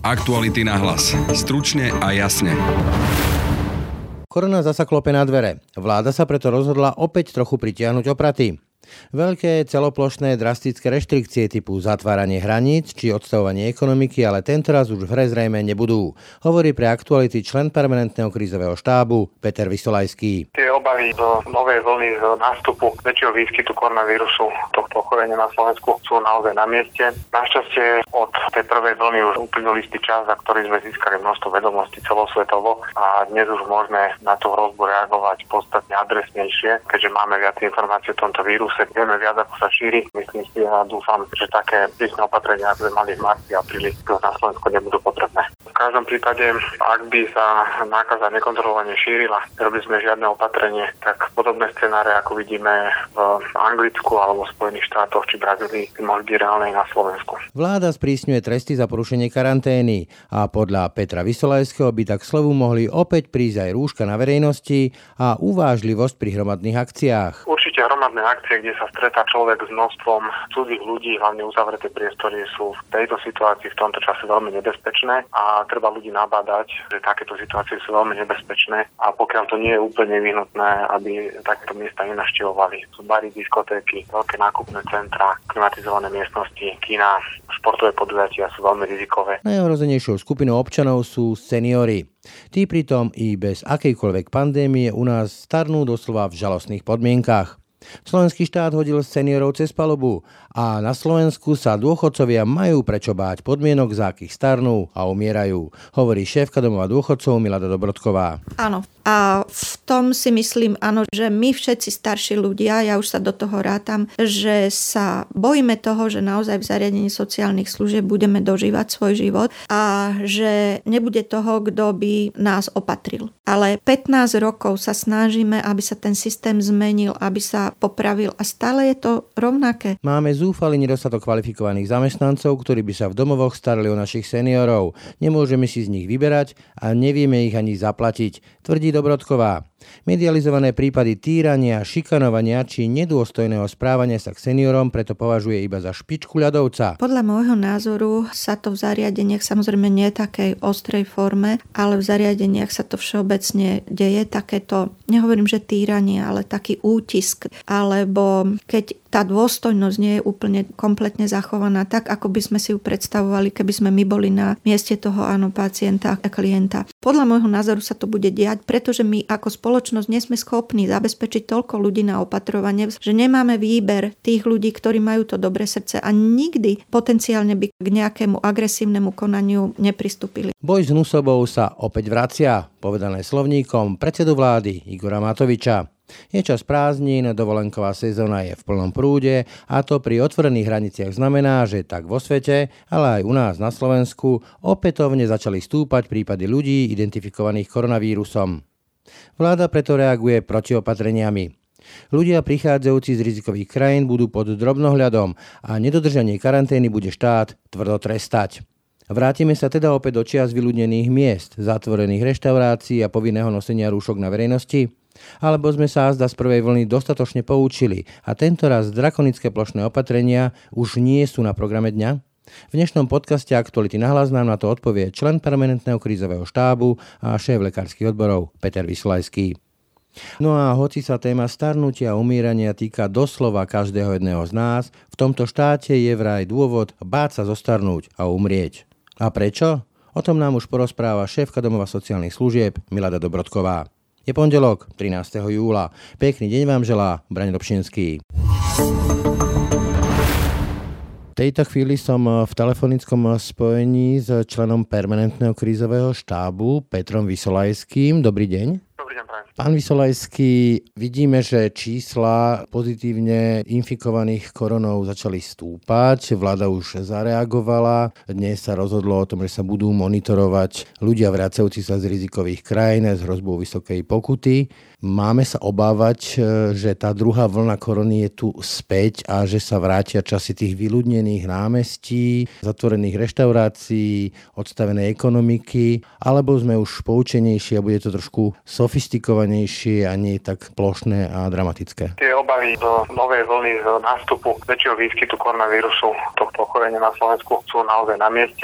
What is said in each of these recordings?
Aktuality na hlas. Stručne a jasne. Korona zasa klope na dvere. Vláda sa preto rozhodla opäť trochu pritiahnuť opraty. Veľké celoplošné drastické reštrikcie typu zatváranie hraníc či odstavovanie ekonomiky ale tentoraz už v hre zrejme nebudú, hovorí pre Aktuality člen permanentného krízového štábu Peter Vysolajský. Tie obavy do novej vlny z nástupu väčšieho výskytu koronavírusu tohto ochorenia na Slovensku sú naozaj na mieste. Našťastie od tej prvej vlny už uplynul istý čas, za ktorý sme získali množstvo vedomostí celosvetovo a dnes už môžeme na tú hrozbu reagovať podstatne adresnejšie, keďže máme viac informácií o tomto víruse. Vieme viac, ako sa šíri. Myslím si a dúfam, že také prísne opatrenia, ako sme mali v marci a apríli, na Slovensku nebudú potrebné. V každom prípade, ak by sa nákaza nekontrolovane šírila, nerobili sme žiadne opatrenie, tak podobné scenáre, ako vidíme v Anglicku alebo v Spojených štátoch či Brazílii, by mohli byť reálne na Slovensku. Vláda sprísňuje tresty za porušenie karantény a podľa Petra Vysolajského by tak slovu mohli opäť prísť aj rúška na verejnosti a uvážlivosť pri hromadných akciách. Určite hromadné akcie, kde sa stretá človek s množstvom cudzích ľudí, hlavne uzavreté priestory, sú v tejto situácii v tomto čase veľmi nebezpečné a treba ľudí nabádať, že takéto situácie sú veľmi nebezpečné a pokiaľ to nie je úplne nevyhnutné, aby takéto miesta nenavštevovali. Sú bary, diskotéky, veľké nákupné centra, klimatizované miestnosti, kina, športové podujatia sú veľmi rizikové. Najohrozenejšou skupinou občanov sú seniori. Tí pritom i bez akejkoľvek pandémie u nás starnú doslova v žalostných podmienkach. Slovenský štát hodil seniorov cez palubu a na Slovensku sa dôchodcovia majú prečo báť podmienok, za akých starnú a umierajú, hovorí šéfka domova dôchodcov Milada Dobrodková. Áno. A v tom si myslím, áno, že my všetci starší ľudia, ja už sa do toho rátam, že sa bojíme toho, že naozaj v zariadení sociálnych služieb budeme dožívať svoj život a že nebude toho, kto by nás opatril. Ale 15 rokov sa snažíme, aby sa ten systém zmenil, aby sa popravil a stále je to rovnaké. Máme zúfalý nedostatok kvalifikovaných zamestnancov, ktorí by sa v domovoch starali o našich seniorov. Nemôžeme si z nich vyberať a nevieme ich ani zaplatiť, tvrdí Dobrodková. Medializované prípady týrania, šikanovania či nedôstojného správania sa k seniorom preto považuje iba za špičku ľadovca. Podľa môjho názoru sa to v zariadeniach samozrejme nie takej ostrej forme, ale v zariadeniach sa to všeobecne deje takéto, nehovorím, že týranie, ale taký útisk, alebo keď tá dôstojnosť nie je úplne kompletne zachovaná tak, ako by sme si ju predstavovali, keby sme my boli na mieste toho pacienta a klienta. Podľa môjho názoru sa to bude diať, pretože my ako spoločnosť nie sme schopní zabezpečiť toľko ľudí na opatrovanie, že nemáme výber tých ľudí, ktorí majú to dobré srdce a nikdy potenciálne by k nejakému agresívnemu konaniu nepristúpili. Boj s hnusobou sa opäť vracia, povedané slovníkom predsedu vlády Igora Matoviča. Je čas prázdnin, dovolenková sezóna je v plnom prúde a to pri otvorených hraniciach znamená, že tak vo svete, ale aj u nás na Slovensku opätovne začali stúpať prípady ľudí identifikovaných koronavírusom. Vláda preto reaguje protiopatreniami. Ľudia prichádzajúci z rizikových krajín budú pod drobnohľadom a nedodržanie karantény bude štát tvrdo trestať. Vrátime sa teda opäť do čias vyľudnených miest, zatvorených reštaurácií a povinného nosenia rúšok na verejnosti? Alebo sme sa azda z prvej vlny dostatočne poučili a tentoraz drakonické plošné opatrenia už nie sú na programe dňa? V dnešnom podcaste Aktuality na hlas nám na to odpovie člen permanentného krízového štábu a šéf lekárskych odborov Peter Vysolajský. No a hoci sa téma starnutia a umírania týka doslova každého jedného z nás, v tomto štáte je vraj dôvod báť sa zostarnúť a umrieť. A prečo? O tom nám už porozpráva šéfka domova sociálnych služieb Milada Dobrodková. Je pondelok, 13. júla. Pekný deň vám želá Braň Dobšinský. V tejto chvíli som v telefonickom spojení s členom permanentného krízového štábu Petrom Vysolajským. Dobrý deň. Dobrý deň, prajem. Pán Vysolajský, vidíme, že čísla pozitívne infikovaných koronou začali stúpať. Vláda už zareagovala. Dnes sa rozhodlo o tom, že sa budú monitorovať ľudia vracajúci sa z rizikových krajín s hrozbou vysokej pokuty. Máme sa obávať, že tá druhá vlna korony je tu späť a že sa vrátia časy tých vyľudnených námestí, zatvorených reštaurácií, odstavenej ekonomiky, alebo sme už poučenejší a bude to trošku sofistikovanejšie a nie tak plošné a dramatické? Tie obavy do novej vlny z nástupu väčšieho výskytu koronavírusu tohto ochorenia na Slovensku sú naozaj na mieste.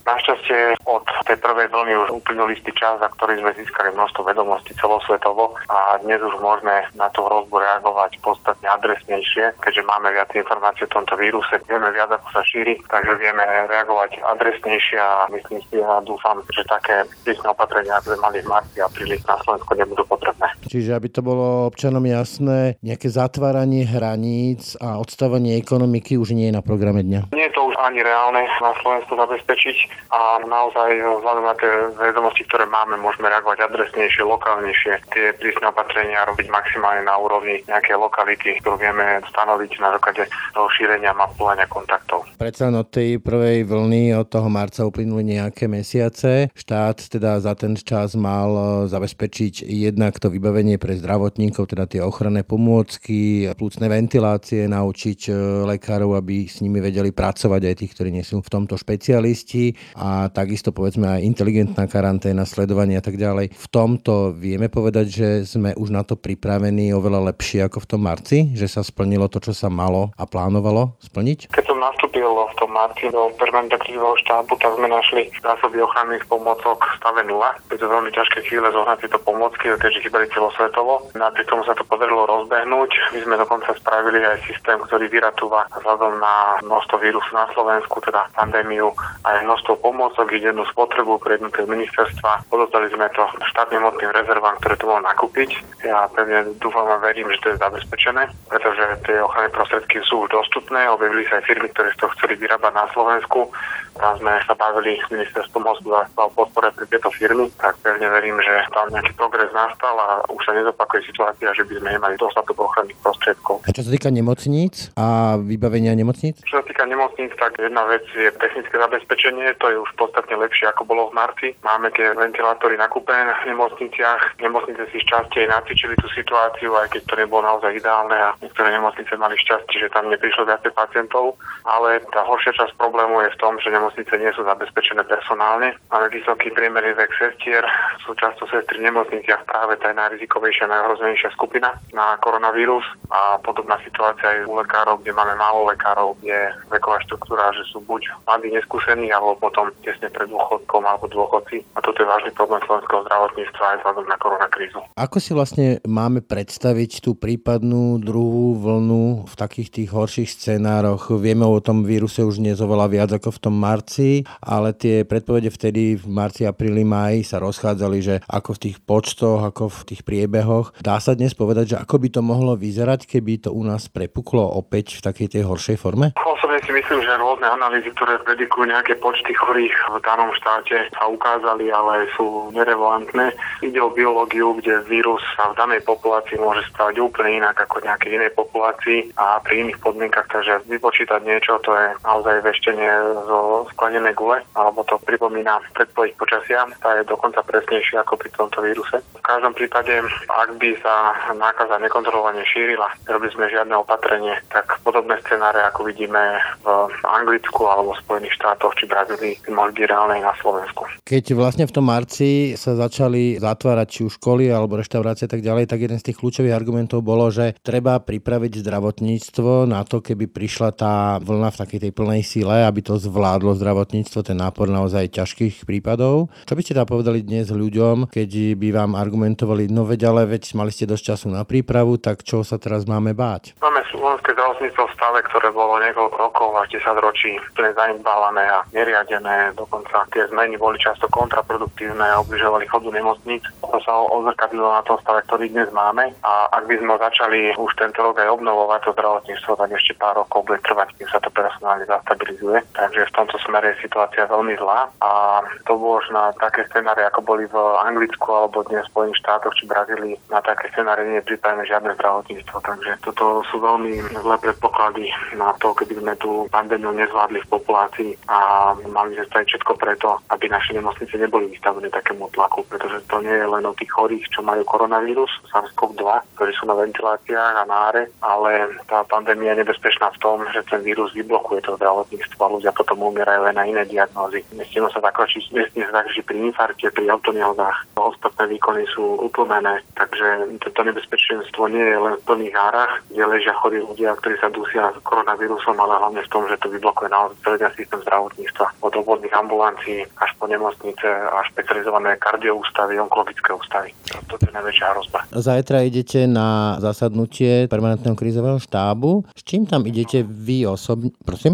Našťastie od tej prvej vlny už uplynul istý čas, za ktorý sme získali množstvo vedomostí celosvetovo a dnes už môžeme na tú hrozbu reagovať podstatne adresnejšie, keďže máme viac informácií o tomto víruse, vieme viac, ako sa šíri, takže vieme reagovať adresnejšie a myslím si a dúfam, že také prísne opatrenia, ako sme mali v marci a apríli na Slovensku nebudú potrebné. Čiže aby to bolo občanom jasné, nejaké zatváranie hraníc a odstavenie ekonomiky už nie je na programe dňa. Nie je to už ani reálne na Slovensku zabezpečiť a naozaj vzhľadom na tie vedomosti, ktoré máme, môžeme reagovať adresnejšie, lokálnejšie. Tie prísne opatrenia robiť maximálne na úrovni nejakej lokality, ktorú vieme stanoviť na základe toho šírenia mapovania kontaktov. Predsa od tej prvej vlny od toho marca uplynuli nejaké mesiace. Štát teda za ten čas mal zabezpečiť jednak to vybavenie pre zdravotníkov, teda tie ochranné pomôcky, plúcne ventilácie, naučiť lekárov, aby s nimi vedeli pracovať aj tých, ktorí nie sú v tomto špecialisti a takisto povedzme aj inteligentná karanténa, sledovanie a tak ďalej. V tomto vieme povedať, že sme už na to pripravení oveľa lepšie ako v tom marci, že sa splnilo to, čo sa malo a plánovalo splniť? Keď som nastúpil v tom marci do permanentného krízového štábu, tak sme našli zásoby ochranných pomôcok v stave 0. Je to veľmi ťažké chvíle zohnať tieto pomôcky, keďže chýbali celosvetovo. Napriek tomu sa to podarilo rozbehnúť. My sme dokonca spravili aj systém, ktorý vyratúva vzhľadom na množstvo vírusu na Slovensku, teda pandémiu, aj množstvo pomôcok, jednu spotrebu pre jednotlivé ministerstva. Odozdali sme to štátnym hmotným rezervám, ktoré to mohlo nakúpiť. Ja pevne dúfam a verím, že to je zabezpečené, pretože tie ochranné prostriedky sú už dostupné. Objavili sa aj firmy, ktoré to chceli vyrábať na Slovensku. Tam sme sa bavili s ministerstvom hospodárstva o podpore pre tieto firmy, tak pevne verím, že tam nejaký progres nastal a už sa nezopakuje situácia, že by sme nemali dostatok ochranných prostriedkov. A čo sa týka nemocníc a vybavenia nemocníc? Čo sa týka nemocníc, tak jedna vec je technické zabezpečenie, to je už podstatne lepšie ako bolo v marci. Máme tie ventilátory nakúpené v nemocniciach. Nemocnice si šťastie nacvičili tú situáciu, aj keď to nebolo naozaj ideálne a niektoré nemocnice mali šťastie, že tam neprišlo viacej pacientov, ale tá horšia časť problému je v tom, že nemocnice nie sú zabezpečené personálne. Máme vysoký priemerný vek sestier, sú často sestry v nemocniciach práve tá najrizikovejšia, najhrozenejšia skupina na koronavírus a podobná situácia aj u lekárov, kde máme málo lekárov, je veková štruktúra, že sú buď mladí neskúsení, alebo potom tesne pred dôchodkom alebo dôchodci. A toto je vážny problém slovenského zdravotníctva aj vzhľadom na koronakrízu. Ako si vlastne máme predstaviť tú prípadnú druhú vlnu v takých tých horších scenároch? Vieme o tom víruse už dnes oveľa viac ako v tom marci, ale tie predpovede vtedy v marci, apríli, máji sa rozchádzali, že ako v tých počtoch, ako v tých priebehoch. Dá sa dnes povedať, že ako by to mohlo vyzerať, keby to u nás prepuklo opäť v takej tej horšej forme? Osobne si myslím, že rôzne analýzy, ktoré predikujú nejaké počty chorých v danom štáte, sa ukázali, ale sú nerelevantné. Ide o biológiu, kde vírus sa v danej populácii môže stávať úplne inak ako v nejakej inej populácii a pri iných podmienkach, takže vypočítať niečo, to je naozaj veštenie zo sklenenej gule, alebo to pripomína predpoveď počasia, tá je dokonca presnejšia ako pri tomto víruse. V každom prípade, ak by sa nákaza nekontrolovane šírila, nerobili sme žiadne opatrenie, tak podobné scenáre, ako vidíme v Anglicku alebo v Spojených štátoch či Brazílii, by mohli byť reálne aj na Slovensku. Keď vlastne v tom marci sa začali zatvárať či už školy alebo reštaurácie a tak ďalej, tak jeden z tých kľúčových argumentov bolo, že treba pripraviť zdravotníctvo na to, keby prišla tá vlna v takej tej plnej sile, aby to zvládlo zdravotníctvo, ten nápor naozaj ťažkých prípadov. Čo by ste tam povedali dnes ľuďom, keď by vám argumentovali, no ale mali ste dosť času na prípravu, tak čo sa teraz máme báť? Máme slovenské zdravotníctvo v stave, ktoré bolo niekoľko rokov až 10 ročí plne zanedbávané a neriadené. Dokonca tie zmeny boli často kontraproduktívne a obližovali chodu nemocníc. To sa odzrkadlilo na tom stave, ktorý dnes máme. A ak by sme začali už tento rok aj obnovovať to zdravotníctvo, tak ešte pár rokov bude trvať, kým sa to personálne zastabilizuje. Takže v tomto smere je situácia veľmi zlá a to bolo už na také scenáre, ako boli v Anglicku alebo dnes v Spojených štátoch či Brazílii, na také scenáre nie je pripravené žiadne zdravotníctvo. Takže toto sú veľmi zlé predpoklady na to, keby sme tú pandémiu nezvládli v populácii a mali sme spraviť všetko preto, aby naše nemocnice neboli vystavené takému tlaku, pretože to nie je len o tých chorých, čo majú koronavírus, SARS-CoV-2, ktorí sú na ventiláciách a náre, ale tá pandémia je nebezpečná v tom, že ten vírus vyblokuje to zdravotníctvo a ľudia potom umierajú aj na iné diagnózy. Nesmie sa zakročiť pri infarkte, pri autonehodách. Ostatné výkony sú utlmené, takže toto nebezpečenstvo nie je len v plných hárach, kde ležia chorí ľudia, ktorí sa dusia s koronavírusom, ale hlavne v tom, že to vyblokuje naozaj celý systém zdravotníctva od od obvodných ambulancií až po nemocnice a špecializované kardioústavy, onkologické ústavy. To je najväčšia hrozba. Zajtra idete na zasadnutie permanentného krízového štábu. S čím tam idete vy osobne? Prosím?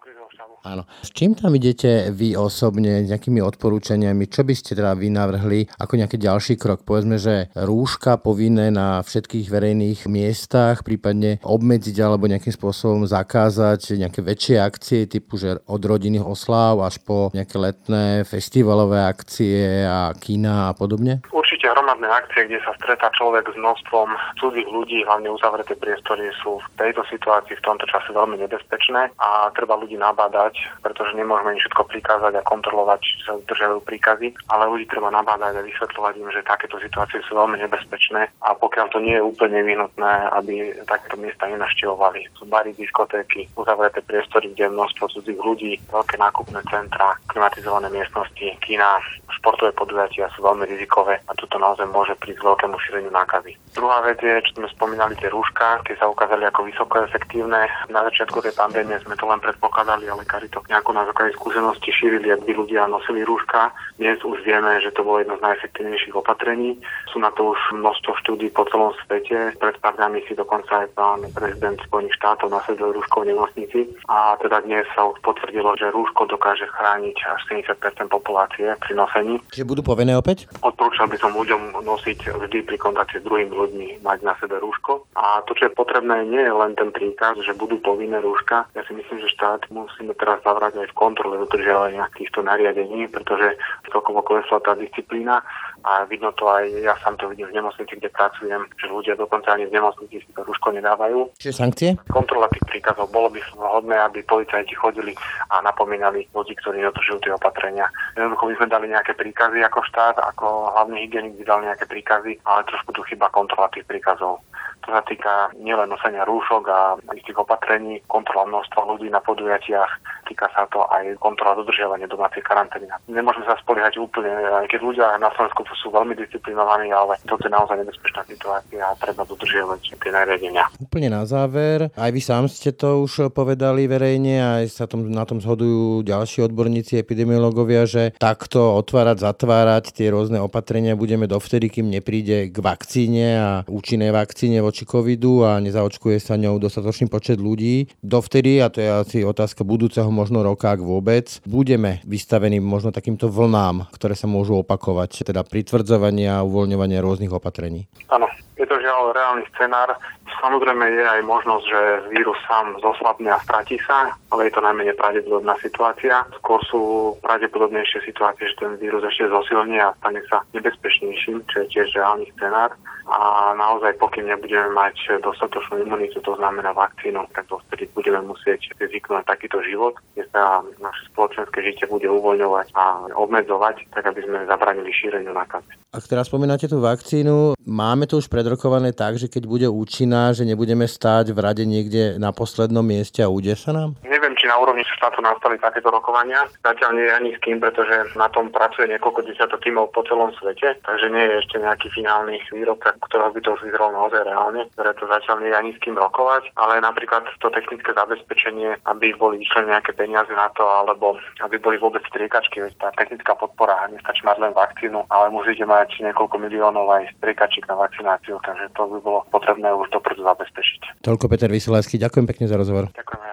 Áno. S čím tam idete vy osobne, s nejakými odporúčaniami? Čo by ste teda vy navrhli ako nejaký ďalší krok? Povedzme, že rúška povinné na všetkých verejných miestach, prípadne obmedziť alebo nejakým spôsobom zakázať nejaké väčšie akcie typu, že od rodinných osláv až po nejaké letné festivalové akcie a kína a podobne? Určite hromadné akcie, kde sa stretá človek s množstvom cudzích ľudí, hlavne uzavreté priestory, sú v tejto situácii v tomto čase veľmi nebezpečné a treba ľudí nabádať, pretože nemôžeme im všetko prikázať a kontrolovať, či sa dodržiavajú príkazy, ale ľudí treba nabádať a vysvetľovať im, že takéto situácie sú veľmi nebezpečné a pokiaľ to nie je úplne nevyhnutné, aby takéto miesta nenaštevovali. Sú bary, diskotéky, uzavreté priestory, kde je množstvo cudzích ľudí, veľké nákupné centra, klimatizované miestnosti, kína, športové podujatia sú veľmi rizikové a tuto naozaj môže prísť k veľkému šíreniu nákazy. Druhá vec je, čo sme spomínali, tie rúška, tie sa ukázali ako vysoko efektívne. Na začiatku tej pandémie sme to len predpokladali, ale lekári to nejako na základe skúsenosti šírili, ak by ľudia nosili rúška. Dnes už vieme, že to bolo jedno z najefektívnejších opatrení. Sú na to už množstvo štúdií po celom svete. Pred pár dňami si dokonca aj pán prezident Spojených štátov nasadil rúško v nemocnici a teda dnes sa už potvrdilo, že rúško dokáže chrániť až 70% populácie pri nosení. Čiže budú povinné opäť? Odporúčal by som ľuďom nosiť vždy pri kontakte s druhými ľuďmi, mať na sebe rúško. A to, čo je potrebné, nie je len ten príkaz, že budú povinné rúška. Ja si myslím, že štát musíme teraz zavrať aj v kontrole dodržiavania týchto nariadení, pretože celkovo klesla tá disciplína a vidno to aj, ja sám to vidím v nemocnici, kde pracujem, že ľudia dokonca ani v nemocnici si to rúško nedávajú. Čiže sankcie? Kontrola tých príkazov. Bolo by vhodné, aby policajti chodili a napomínali ľudí, ktorí dodržujú tie opatrenia. Jednoducho by sme dali nejaké príkazy ako štát, ako hlavný hygienik by dal nejaké príkazy, ale trošku tu chýba kontrola tých príkazov. To sa týka nielen nosenia rúšok a istých opatrení, kontrola množstva ľudí na podujatiach, týka sa to aj kontrola dodržiavania domácej karantény. Nemôžeme sa spoliehať úplne, aj keď ľudia na Slovensku sú veľmi disciplinovaní, ale toto je naozaj nebezpečná situácia a treba dodržiavať tie nariadenia. Úplne na záver, aj vy sám ste to už povedali verejne, aj sa na tom zhodujú ďalší odborníci, epidemiológovia, že takto otvárať, zatvárať tie rôzne opatrenia budeme dovtedy, kým nepríde k vakcíne a účinnej vakcíne voči covidu a nezaočkuje sa ňou dostatočný počet ľudí. Dovtedy, a to je asi otázka budúceho možno roka, ak vôbec, budeme vystavení možno takýmto vlnám, ktoré sa môžu opakovať, teda pritvrdzovania a uvoľňovania rôznych opatrení. Áno, je to žiaľ reálny scenár. Samozrejme je aj možnosť, že vírus sám zoslabne a stratí sa, ale je to najmenej pravdepodobná situácia. Skôr sú pravdepodobnejšie situácie, že ten vírus ešte zosilní a stane sa nebezpečnejším, čo je tiež reálny scenár. A naozaj, pokým nebudeme mať dostatočnú imunitu, to znamená vakcínu, tak vtedy budeme musieť zvyknúť takýto život, kde sa naše spoločenské žitie bude uvoľňovať a obmedzovať, tak aby sme zabránili šíreniu nákazy. Ak teraz spomínate tú vakcínu, máme to už predrokované tak, že keď bude účinná, že nebudeme stáť v rade niekde na poslednom mieste a ujde sa nám? Neviem, či na úrovni štátu nastali takéto rokovania. Zatiaľ nie je ani s kým, pretože na tom pracuje niekoľko desiatok tímov po celom svete, takže nie je ešte nejaký finálny výrobca, ktorého by to už vyzeralo naozaj reálne, ktoré to zatiaľ nie je ani s kým rokovať, ale napríklad to technické zabezpečenie, aby boli vyčlenené nejaké peniaze na to, alebo aby boli vôbec striekačky, veď tá technická podpora nestačí mať len vakcínu, ale musíte mať niekoľko miliónov aj striekačiek na vakcináciu, takže to by bolo potrebné už dopredu zabezpečiť. Toľko Peter Vyselajský, ďakujem pekne za rozhovor. Ďakujem.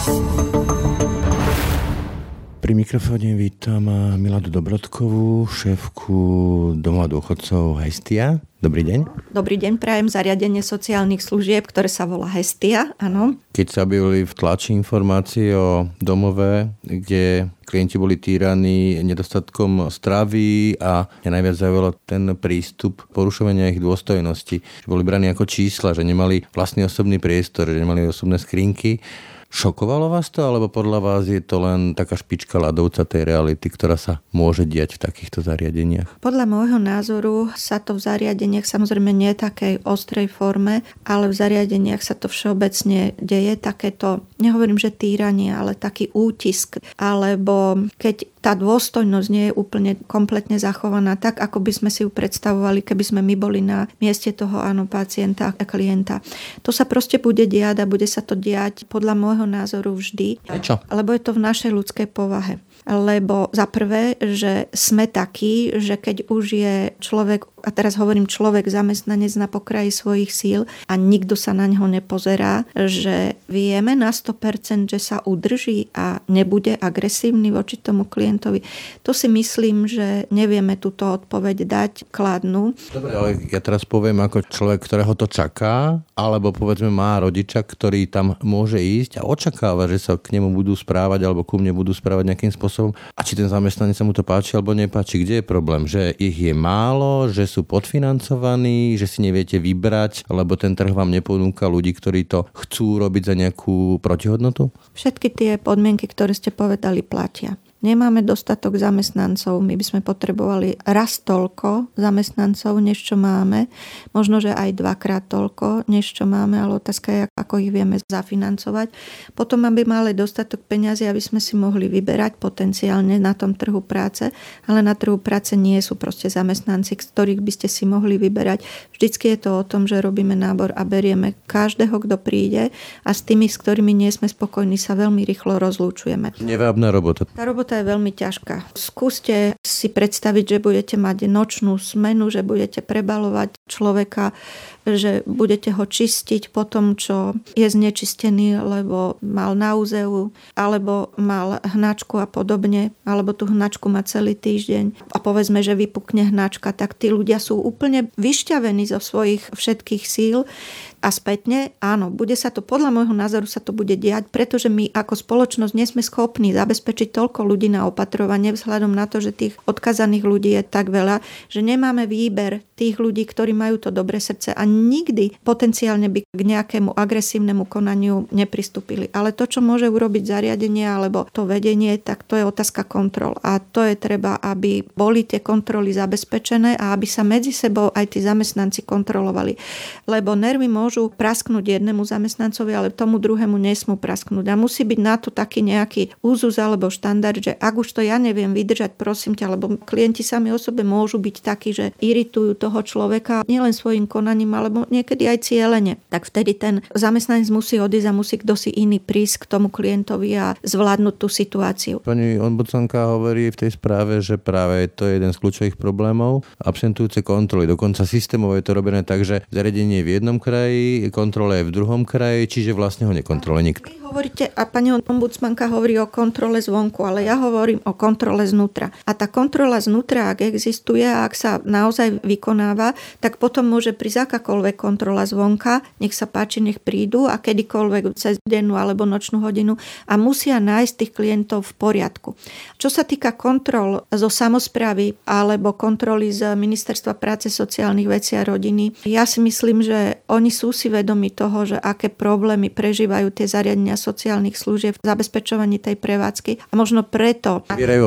Pri mikrofóne vítam Miladu Dobrodkovú, šéfku Domova dôchodcov Hestia. Dobrý deň. Dobrý deň, prajem zariadenie sociálnych služieb, ktoré sa volá Hestia, áno. Keď sa objavili v tlači informácie o domove, kde klienti boli týraní nedostatkom stravy a najviac zaujalo ten prístup porušovania ich dôstojnosti. Boli braní ako čísla, že nemali vlastný osobný priestor, že nemali osobné skrinky. Šokovalo vás to, alebo podľa vás je to len taká špička ľadovca tej reality, ktorá sa môže diať v takýchto zariadeniach? Podľa môjho názoru sa to v zariadeniach, samozrejme nie takej ostrej forme, ale v zariadeniach sa to všeobecne deje, takéto, nehovorím, že týranie, ale taký útisk, alebo keď tá dôstojnosť nie je úplne kompletne zachovaná tak, ako by sme si ju predstavovali, keby sme my boli na mieste toho pacienta a klienta. To sa proste bude diať a bude sa to diať podľa môjho názoru vždy. Prečo? Lebo je to v našej ľudskej povahe. lebo za prvé, že sme takí, že keď už je človek, a teraz hovorím človek, zamestnanec na pokraji svojich síl a nikto sa na ňo nepozerá, že vieme na 100%, že sa udrží a nebude agresívny voči tomu klientovi. To si myslím, že nevieme túto odpoveď dať kladnú. Dobre, ale ja teraz poviem ako človek, ktorého to čaká, alebo povedzme má rodiča, ktorý tam môže ísť a očakáva, že sa k nemu budú správať alebo ku mne budú správať nejakým spôsobom. A či ten zamestnanec sa mu to páči alebo nepáči, kde je problém? Že ich je málo, že sú podfinancovaní, že si neviete vybrať, lebo ten trh vám neponúka ľudí, ktorí to chcú robiť za nejakú protihodnotu? Všetky tie podmienky, ktoré ste povedali, platia. Nemáme dostatok zamestnancov, my by sme potrebovali raz toľko zamestnancov, než čo máme. Možno, že aj dvakrát toľko, než čo máme, ale otázka je, ako ich vieme zafinancovať. Potom, aby mali dostatok peňazí, aby sme si mohli vyberať potenciálne na tom trhu práce, ale na trhu práce nie sú proste zamestnanci, z ktorých by ste si mohli vyberať. Vždycky je to o tom, že robíme nábor a berieme každého, kto príde a s tými, s ktorými nie sme spokojní, sa veľmi rýchlo rozlúčujeme. Nevábna robota. Tá robota je veľmi ťažká. Skúste si predstaviť, že budete mať nočnú smenu, že budete prebalovať človeka, že budete ho čistiť po tom, čo je znečistený, lebo mal náuzeu, alebo mal hnačku a podobne, alebo tú hnačku má celý týždeň a povedzme, že vypukne hnačka, tak tí ľudia sú úplne vyšťavení zo svojich všetkých síl. A spätne, áno, bude sa to, podľa môjho názoru sa to bude diať, pretože my ako spoločnosť nie sme schopní zabezpečiť toľko ľudí na opatrovanie vzhľadom na to, že tých odkazaných ľudí je tak veľa, že nemáme výber tých ľudí, ktorí majú to dobré srdce a nikdy potenciálne by k nejakému agresívnemu konaniu nepristúpili. Ale to, čo môže urobiť zariadenie alebo to vedenie, tak to je otázka kontrol. A to je treba, aby boli tie kontroly zabezpečené a aby sa medzi sebou aj tí zamestnanci kontrolovali. Lebo nervy môžu prasknúť jednému zamestnancovi, ale tomu druhému nesmú prasknúť. A musí byť na to taký nejaký úzus alebo štandard, že ak už to ja neviem vydržať, prosím ťa, lebo klienti sami o sebe môžu byť takí, že iritujú toho človeka nielen svojim konaním, alebo niekedy aj cielene. Tak vtedy ten zamestnanec musí odísť a musí kto si iný prísť k tomu klientovi a zvládnuť tú situáciu. Pani ombudsmanka hovorí v tej správe, že práve to je jeden z kľúčových problémov. Absentujúce kontroly. Dokonca systémovo je to robené tak, že zariadenie je v jednom kraji, kontrola je v druhom kraji, čiže vlastne ho nekontroluje nikto. Vy hovoríte, a pani ombudsmanka hovorí o kontrole zvonku, ale ja hovorím o kontrole znútra. A tá kontrola znútra, ak existuje a ak sa naozaj vykonáva, tak potom môže prísť akákoľvek kontrola zvonka, nech sa páči, nech prídu a kedykoľvek cez dennú alebo nočnú hodinu a musia nájsť tých klientov v poriadku. Čo sa týka kontrol zo samosprávy alebo kontroly z Ministerstva práce, sociálnych vecí a rodiny, ja si myslím, že oni sú si vedomi toho, že aké problémy prežívajú tie zariadenia sociálnych služieb v zabezpečovaní tej prevádzky. A možno preto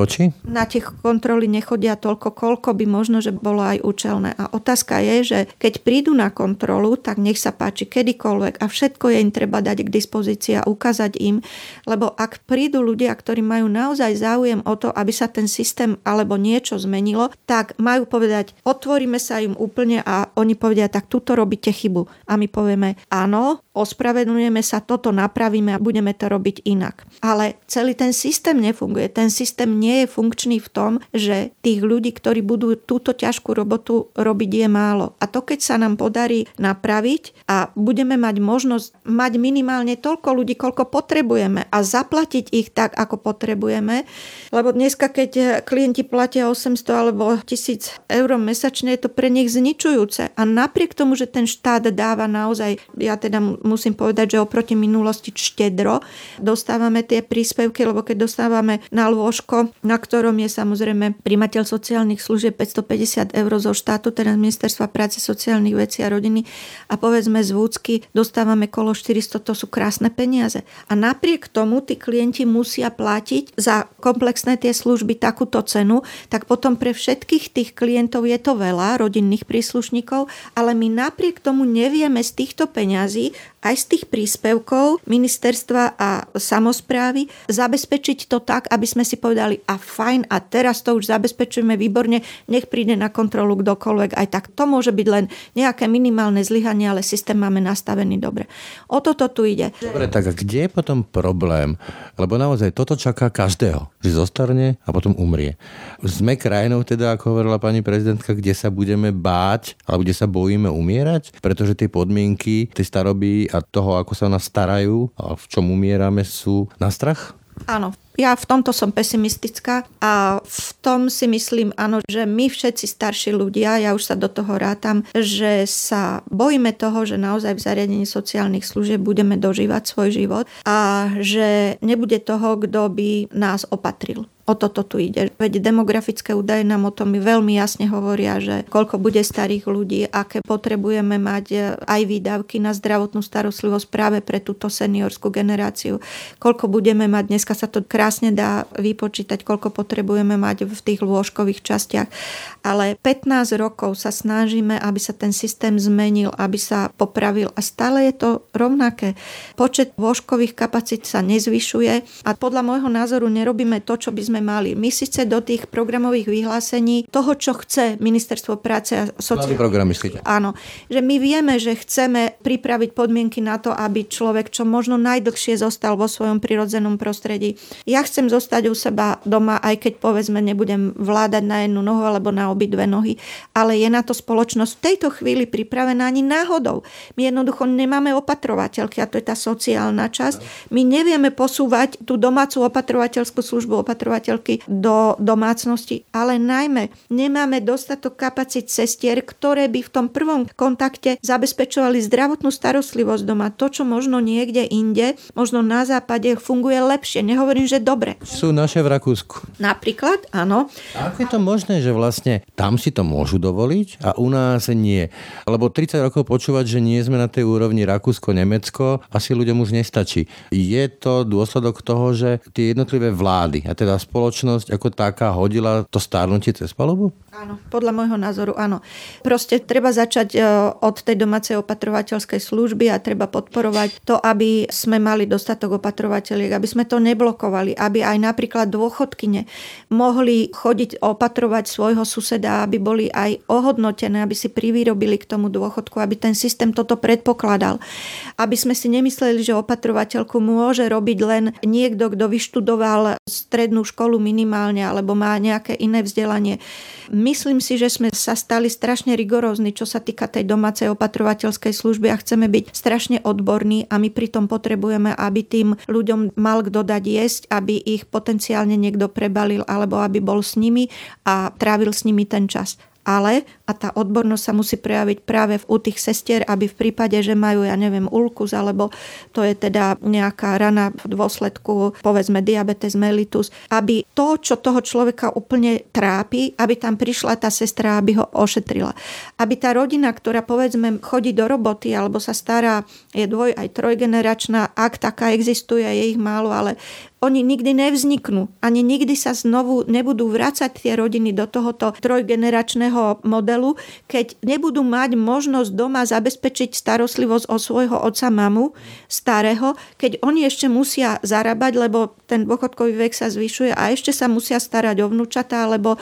na tie kontroly nechodia toľko, koľko by možno, že bolo aj účelné. A otázka je, že keď prídu na kontrolu, tak nech sa páči kedykoľvek a všetko je im treba dať k dispozícii a ukázať im, lebo ak prídu ľudia, ktorí majú naozaj záujem o to, aby sa ten systém alebo niečo zmenilo, tak majú povedať, otvoríme sa im úplne a oni povedia, tak tuto robíte chybu. A my povieme, áno, ospravedlňujeme sa, toto napravíme a budeme to robiť inak. Ale celý ten systém nefunguje. Ten systém nie je funkčný v tom, že tých ľudí, ktorí budú túto ťažkú robotu robiť, je málo. A to, keď sa nám podarí napraviť a budeme mať možnosť mať minimálne toľko ľudí, koľko potrebujeme a zaplatiť ich tak, ako potrebujeme, lebo dneska, keď klienti platia 800 alebo 1000 eur mesačne, je to pre nich zničujúce. A napriek tomu, že ten štát dáva naozaj, ja teda musím povedať, že oproti minulosti štedro dostávame tie príspevky, lebo keď dostávame na lôžko, na ktorom je samozrejme prijímateľ sociálnych služieb 550 eur zo štátu, teda Ministerstva práce, sociálnych vecí a rodiny a povedzme z vúcky dostávame kolo 400, to sú krásne peniaze. A napriek tomu tí klienti musia platiť za komplexné tie služby takúto cenu, tak potom pre všetkých tých klientov je to veľa, rodinných príslušníkov, ale my napriek tomu nevieme z týchto peňazí aj z tých príspevkov ministerstva a samosprávy zabezpečiť to tak, aby aby sme si povedali a fajn, a teraz to už zabezpečujeme výborne, nech príde na kontrolu kdokoľvek, aj tak to môže byť len nejaké minimálne zlyhanie, ale systém máme nastavený dobre. O toto tu ide. Dobre, tak a kde je potom problém? Lebo naozaj toto čaká každého, že zostarne a potom umrie. Sme krajinou teda, ako hovorila pani prezidentka, kde sa budeme báť, alebo kde sa bojíme umierať, pretože tie podmienky tej staroby a toho, ako sa o nás starajú a v čom umierame, sú na strach? Áno. Ja v tomto som pesimistická a v tom si myslím, áno, že my všetci starší ľudia, ja už sa do toho rátam, že sa bojíme toho, že naozaj v zariadení sociálnych služieb budeme dožívať svoj život a že nebude toho, kto by nás opatril. O toto tu ide. Veď demografické údaje nám o tom veľmi jasne hovoria, že koľko bude starých ľudí, aké potrebujeme mať aj výdavky na zdravotnú starostlivosť práve pre túto seniorskú generáciu. Koľko budeme mať, dneska sa to krásne dá vypočítať, koľko potrebujeme mať v tých lôžkových častiach. Ale 15 rokov sa snažíme, aby sa ten systém zmenil, aby sa popravil a stále je to rovnaké. Počet lôžkových kapacít sa nezvyšuje a podľa môjho názoru nerobíme to, čo by sme mali. My síce do tých programových vyhlásení toho, čo chce Ministerstvo práce a sociálnych program, myslíte? Áno, že my vieme, že chceme pripraviť podmienky na to, aby človek čo možno najdlhšie zostal vo svojom prirodzenom prostredí. Ja chcem zostať u seba doma, aj keď povedzme nebudem vládať na jednu nohu alebo na obidve nohy, ale je na to spoločnosť v tejto chvíli pripravená ani náhodou. My jednoducho nemáme opatrovateľky a to je tá sociálna časť. My nevieme posúvať tú domácu opatrovateľskú službu do domácnosti, ale najmä nemáme dostatok kapacít sestier, ktoré by v tom prvom kontakte zabezpečovali zdravotnú starostlivosť doma. To, čo možno niekde inde, možno na západe funguje lepšie. Nehovorím, že dobre. Sú naše v Rakúsku. Napríklad, áno. A ako je to možné, že vlastne tam si to môžu dovoliť a u nás nie? Lebo 30 rokov počúvať, že nie sme na tej úrovni Rakúsko, Nemecko, asi ľuďom už nestačí. Je to dôsledok toho, že tie jednotlivé vlády, a teda spoločnosť ako taká hodila to starnutie cez palubu? Áno, podľa môjho názoru áno. Proste treba začať od tej domácej opatrovateľskej služby a treba podporovať to, aby sme mali dostatok opatrovateľiek, aby sme to neblokovali, aby aj napríklad dôchodkyne mohli chodiť opatrovať svojho suseda, aby boli aj ohodnotené, aby si privýrobili k tomu dôchodku, aby ten systém toto predpokladal. Aby sme si nemysleli, že opatrovateľku môže robiť len niekto, kto vyštudoval strednú školu minimálne alebo má nejaké iné vzdelanie. Myslím si, že sme sa stali strašne rigorózni, čo sa týka tej domácej opatrovateľskej služby a chceme byť strašne odborní a my pritom potrebujeme, aby tým ľuďom mal kto dať jesť, aby ich potenciálne niekto prebalil alebo aby bol s nimi a trávil s nimi ten čas. Ale, a tá odbornosť sa musí prejaviť práve u tých sestier, aby v prípade, že majú, ja neviem, ulkus, alebo to je teda nejaká rana v dôsledku, povedzme, diabetes mellitus, aby to, čo toho človeka úplne trápi, aby tam prišla tá sestra, aby ho ošetrila. Aby tá rodina, ktorá, povedzme, chodí do roboty, alebo sa stará, je aj trojgeneračná, ak taká existuje, je ich málo, ale oni nikdy nevzniknú. Ani nikdy sa znovu nebudú vracať tie rodiny do tohoto trojgeneračného modelu, keď nebudú mať možnosť doma zabezpečiť starostlivosť o svojho otca, mamu, starého, keď oni ešte musia zarábať, lebo ten dôchodkový vek sa zvyšuje a ešte sa musia starať o vnúčatá, alebo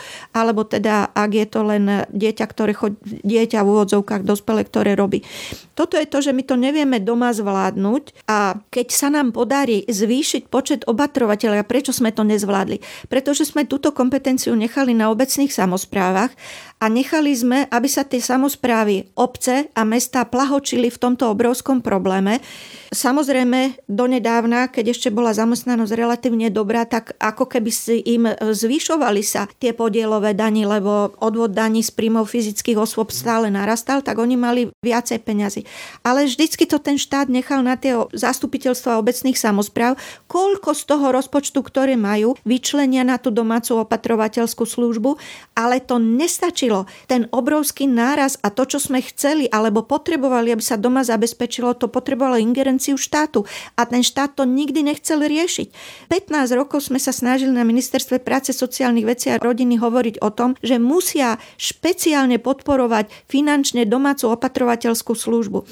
teda, ak je to len dieťa, dieťa v úvodzovkách dospelé, ktoré robí. Toto je to, že my to nevieme doma zvládnuť a keď sa nám podarí zvýšiť počet opatrovateľov, prečo sme to nezvládli? Pretože sme túto kompetenciu nechali na obecných samosprávach a nechali sme, aby sa tie samosprávy, obce a mestá plahočili v tomto obrovskom probléme. Samozrejme, donedávna, keď ešte bola zamestnanosť relatívne dobrá, tak ako keby si im zvyšovali sa tie podielové dani, lebo odvod daní z príjmov fyzických osôb stále narastal, tak oni mali viacej peňazí. Ale vždycky to ten štát nechal na tie zastupiteľstva obecných samospráv, koľko z toho rozpočtu, ktoré majú, vyčlenia na tú domácu opatrovateľskú službu, ale to nestačilo. Ten obrovský náraz a to, čo sme chceli alebo potrebovali, aby sa doma zabezpečilo, to potrebovalo ingerenciu štátu a ten štát to nikdy nechcel riešiť. 15 rokov sme sa snažili na Ministerstve práce, sociálnych vecí a rodiny hovoriť o tom, že musia špeciálne podporovať finančne domácu opatrovateľskú službu.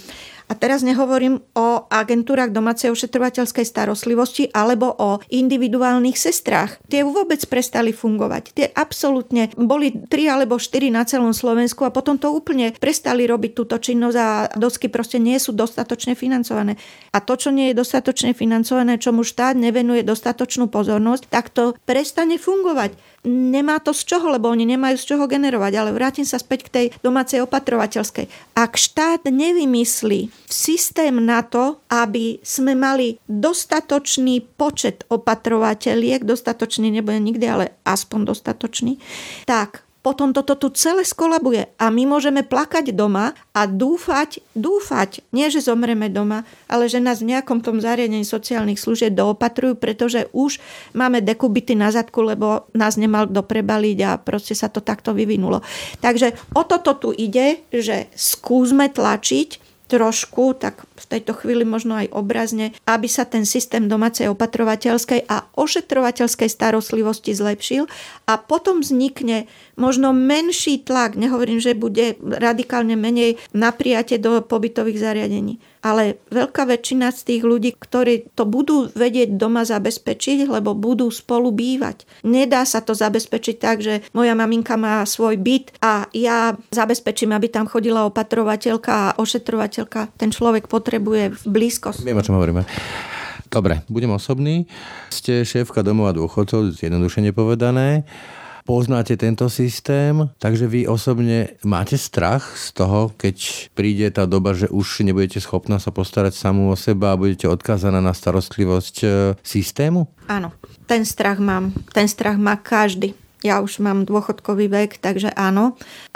A teraz nehovorím o agentúrach domácej ošetrovateľskej starostlivosti alebo o individuálnych sestrách. Tie vôbec prestali fungovať. Tie absolútne boli 3 alebo 4 na celom Slovensku a potom to úplne prestali robiť túto činnosť a dosky proste nie sú dostatočne financované. A to, čo nie je dostatočne financované, čomu štát nevenuje dostatočnú pozornosť, tak to prestane fungovať. Nemá to z čoho, lebo oni nemajú z čoho generovať, ale vrátim sa späť k tej domácej opatrovateľskej. Ak štát nevymyslí systém na to, aby sme mali dostatočný počet opatrovateľiek, dostatočný nebude nikdy, ale aspoň dostatočný, tak potom toto tu celé skolabuje a my môžeme plakať doma a dúfať, nie že zomreme doma, ale že nás v nejakom tom zariadení sociálnych služieb doopatrujú, pretože už máme dekubity na zadku, lebo nás nemal kto prebaliť a proste sa to takto vyvinulo. Takže o toto tu ide, že skúsme tlačiť trošku, tak v tejto chvíli možno aj obrazne, aby sa ten systém domácej opatrovateľskej a ošetrovateľskej starostlivosti zlepšil a potom vznikne možno menší tlak, nehovorím, že bude radikálne menej na prijatie do pobytových zariadení, ale veľká väčšina z tých ľudí, ktorí to budú vedieť doma zabezpečiť, lebo budú spolu bývať. Nedá sa to zabezpečiť tak, že moja maminka má svoj byt a ja zabezpečím, aby tam chodila opatrovateľka a ošetrovateľka. Ten človek potrebuje blízkosť. Viem, o čom hovoríme. Dobre, budem osobný. Ste šéfka domova dôchodcov, zjednodušene povedané. Poznáte tento systém, takže vy osobne máte strach z toho, keď príde tá doba, že už nebudete schopná sa postarať samú o seba a budete odkázaná na starostlivosť systému? Áno, ten strach mám. Ten strach má každý. Ja už mám dôchodkový vek, takže áno.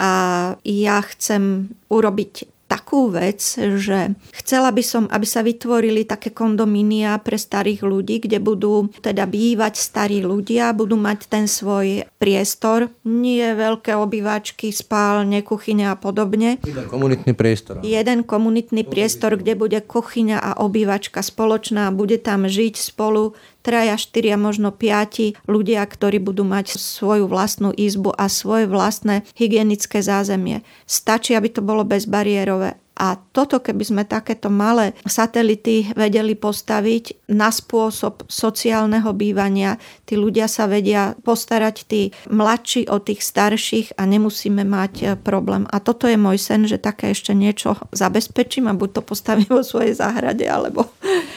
A ja chcem urobiť takú vec, že chcela by som, aby sa vytvorili také kondomínia pre starých ľudí, kde budú teda bývať starí ľudia, budú mať ten svoj priestor, nie veľké obývačky, spálne, kuchyňa a podobne. Jeden komunitný priestor. Jeden komunitný priestor, kde bude kuchyňa a obývačka spoločná, bude tam žiť spolu 3, 4, možno 5 ľudia, ktorí budú mať svoju vlastnú izbu a svoje vlastné hygienické zázemie. Stačí, aby to bolo bezbariérové. A toto, keby sme takéto malé satelity vedeli postaviť na spôsob sociálneho bývania, tí ľudia sa vedia postarať tí mladší o tých starších a nemusíme mať problém. A toto je môj sen, že také ešte niečo zabezpečím a buď to postavím vo svojej záhrade, alebo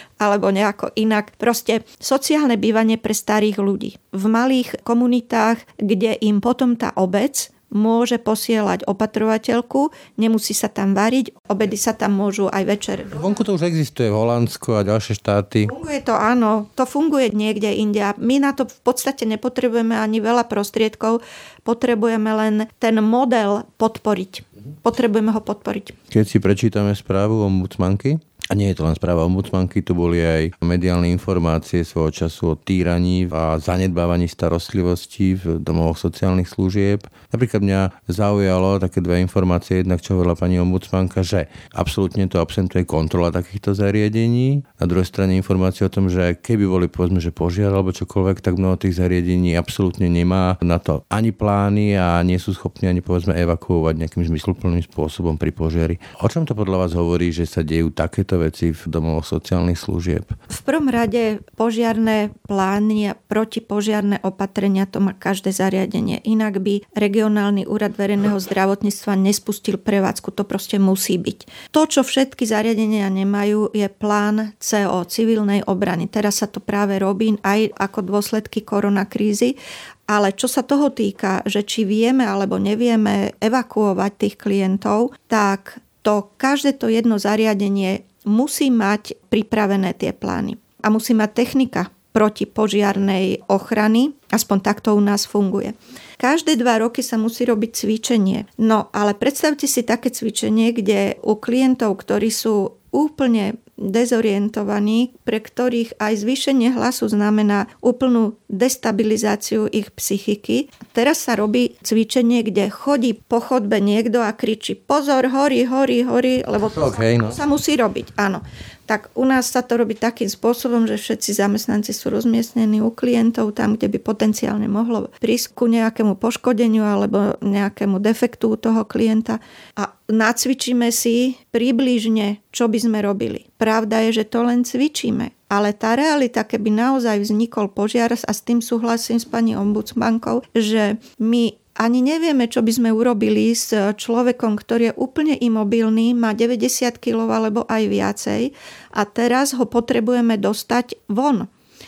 nejako inak. Proste sociálne bývanie pre starých ľudí. V malých komunitách, kde im potom tá obec môže posielať opatrovateľku, nemusí sa tam variť, obedy sa tam môžu aj večer. Vonku to už existuje v Holandsku a ďalšie štáty. Funguje to, áno. To funguje niekde inde. My na to v podstate nepotrebujeme ani veľa prostriedkov, potrebujeme len ten model podporiť. Potrebujeme ho podporiť. Keď si prečítame správu ombudsmanky, a nie je to len správa ombudsmanky, tu boli aj mediálne informácie svojho času o týraní a zanedbávaní starostlivosti v domovoch sociálnych služieb. Napríklad mňa zaujalo také 2 informácie, jednak čo hovorila pani ombudsmanka, že absolútne to absentuje kontrola takýchto zariadení. Na druhej strane informácie o tom, že keby boli povedzme, že požiar alebo čokoľvek, tak mnoho tých zariadení absolútne nemá na to ani plány a nie sú schopní ani povedzme evakuovať nejakým zmysluplným spôsobom pri požiari. O čom to podľa vás hovorí, že sa dejú takéto veci v domovoch sociálnych služieb? V prvom rade požiarne plány a protipožiarne opatrenia to má každé zariadenie. Inak by regionálny úrad verejného zdravotníctva nespustil prevádzku. To proste musí byť. To, čo všetky zariadenia nemajú, je plán CO, civilnej obrany. Teraz sa to práve robí aj ako dôsledky koronakrízy. Ale čo sa toho týka, že či vieme alebo nevieme evakuovať tých klientov, tak to každé to jedno zariadenie musí mať pripravené tie plány. A musí mať technika protipožiarnej ochrany, aspoň takto u nás funguje. Každé 2 roky sa musí robiť cvičenie. No, ale predstavte si také cvičenie, kde u klientov, ktorí sú úplne dezorientovaní, pre ktorých aj zvýšenie hlasu znamená úplnú destabilizáciu ich psychiky. Teraz sa robí cvičenie, kde chodí po chodbe niekto a kričí pozor, horí, lebo to sa musí robiť. Áno. Tak u nás sa to robí takým spôsobom, že všetci zamestnanci sú rozmiestnení u klientov tam, kde by potenciálne mohlo prísť ku nejakému poškodeniu alebo nejakému defektu toho klienta a nacvičíme si približne, čo by sme robili. Pravda je, že to len cvičíme. Ale tá realita, keby naozaj vznikol požiar, a s tým súhlasím s pani ombudsmankou, že my ani nevieme, čo by sme urobili s človekom, ktorý je úplne imobilný, má 90 kg alebo aj viacej a teraz ho potrebujeme dostať von.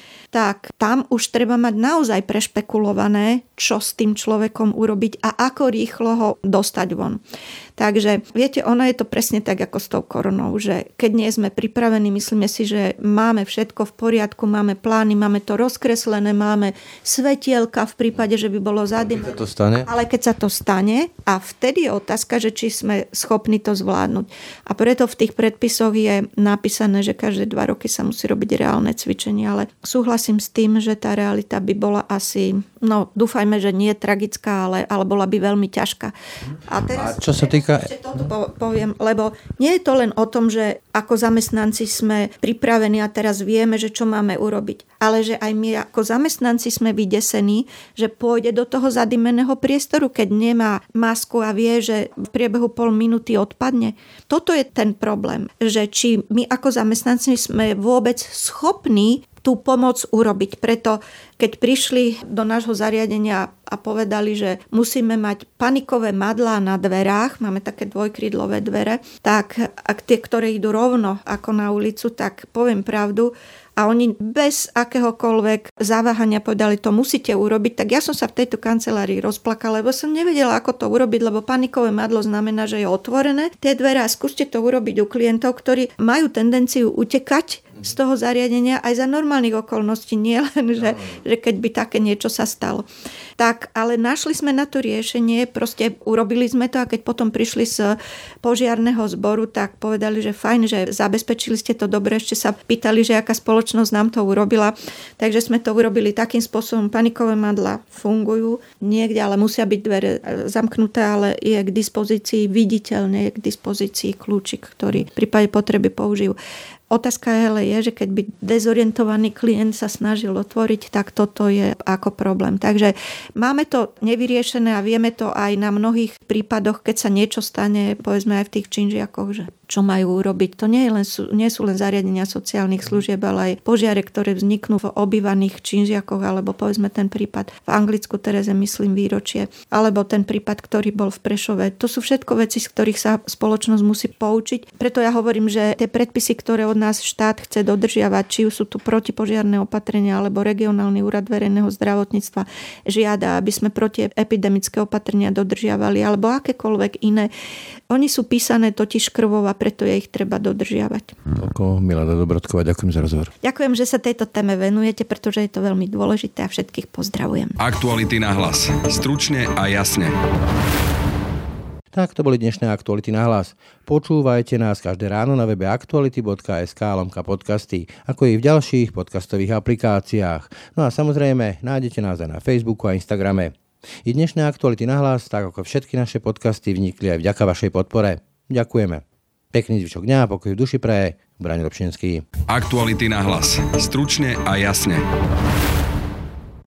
Tak tam už treba mať naozaj prešpekulované, čo s tým človekom urobiť a ako rýchlo ho dostať von. Takže viete, ono je to presne tak ako s tou koronou, že keď nie sme pripravení, myslíme si, že máme všetko v poriadku, máme plány, máme to rozkreslené, máme svetielka v prípade, že by bolo zadymené. Ale keď sa to stane a vtedy je otázka, že či sme schopní to zvládnuť. A preto v tých predpisoch je napísané, že každé 2 roky sa musí robiť reálne cvičenie, ale súhlasím s tým, že tá realita by bola asi, dúfajme, že nie tragická, ale bola by veľmi ťažká. A teraz čo sa týka... Ešte toto poviem, lebo nie je to len o tom, že ako zamestnanci sme pripravení a teraz vieme, že čo máme urobiť, ale že aj my ako zamestnanci sme vydesení, že pôjde do toho zadymeného priestoru, keď nemá masku a vie, že v priebehu pol minúty odpadne. Toto je ten problém, že či my ako zamestnanci sme vôbec schopní tú pomoc urobiť. Preto, keď prišli do nášho zariadenia a povedali, že musíme mať panikové madlá na dverách, máme také dvojkrídlové dvere, tak ak tie, ktoré idú rovno ako na ulicu, tak poviem pravdu, a oni bez akéhokoľvek zaváhania povedali, to musíte urobiť, tak ja som sa v tejto kancelárii rozplakala, lebo som nevedela, ako to urobiť, lebo panikové madlo znamená, že je otvorené. Tie dvere a skúste to urobiť u klientov, ktorí majú tendenciu utekať z toho zariadenia aj za normálnych okolností, nie len, že keď by také niečo sa stalo. Tak, ale našli sme na to riešenie, proste urobili sme to a keď potom prišli z požiarneho zboru, tak povedali, že fajn, že zabezpečili ste to dobre, ešte sa pýtali, že aká spoločnosť nám to urobila. Takže sme to urobili takým spôsobom, panikové madlá fungujú niekde, ale musia byť dvere zamknuté, ale je k dispozícii, viditeľne je k dispozícii kľúčik, ktorý v prípade potreby použijú. Otázka je, že keď by dezorientovaný klient sa snažil otvoriť, tak toto je ako problém. Takže máme to nevyriešené a vieme to aj na mnohých prípadoch, keď sa niečo stane, povedzme aj v tých činžiakoch, že čo majú urobiť. To nie sú len zariadenia sociálnych služieb, ale aj požiare, ktoré vzniknú v obývaných činžiakoch, alebo povedzme ten prípad v Anglicku, Tereze, myslím, výročie, alebo ten prípad, ktorý bol v Prešove. To sú všetko veci, z ktorých sa spoločnosť musí poučiť. Preto ja hovorím, že tie predpisy, ktoré od nás štát chce dodržiavať, či sú tu protipožiarne opatrenia, alebo regionálny úrad verejného zdravotníctva žiada, aby sme protiepidemické opatrenia dodržiavali, alebo akékoľvek iné. Oni sú písané totiž krvou a preto je ich treba dodržiavať. Toľko, Milada Dobrotková, ďakujem za rozhovor. Ďakujem, že sa tejto téme venujete, pretože je to veľmi dôležité a všetkých pozdravujem. Aktuality na hlas. Stručne a jasne. Tak to boli dnešné Aktuality na hlas. Počúvajte nás každé ráno na webe aktuality.sk/podcasty, ako i v ďalších podcastových aplikáciách. No a samozrejme, nájdete nás aj na Facebooku a Instagrame. I dnešné Aktuality na hlas, tak ako všetky naše podcasty, vznikli aj vďaka vašej podpore. Ďakujeme. Pekný zvyšok dňa a pokoj v duši praje. Braňo Robšinský. Aktuality na hlas. Stručne a jasne.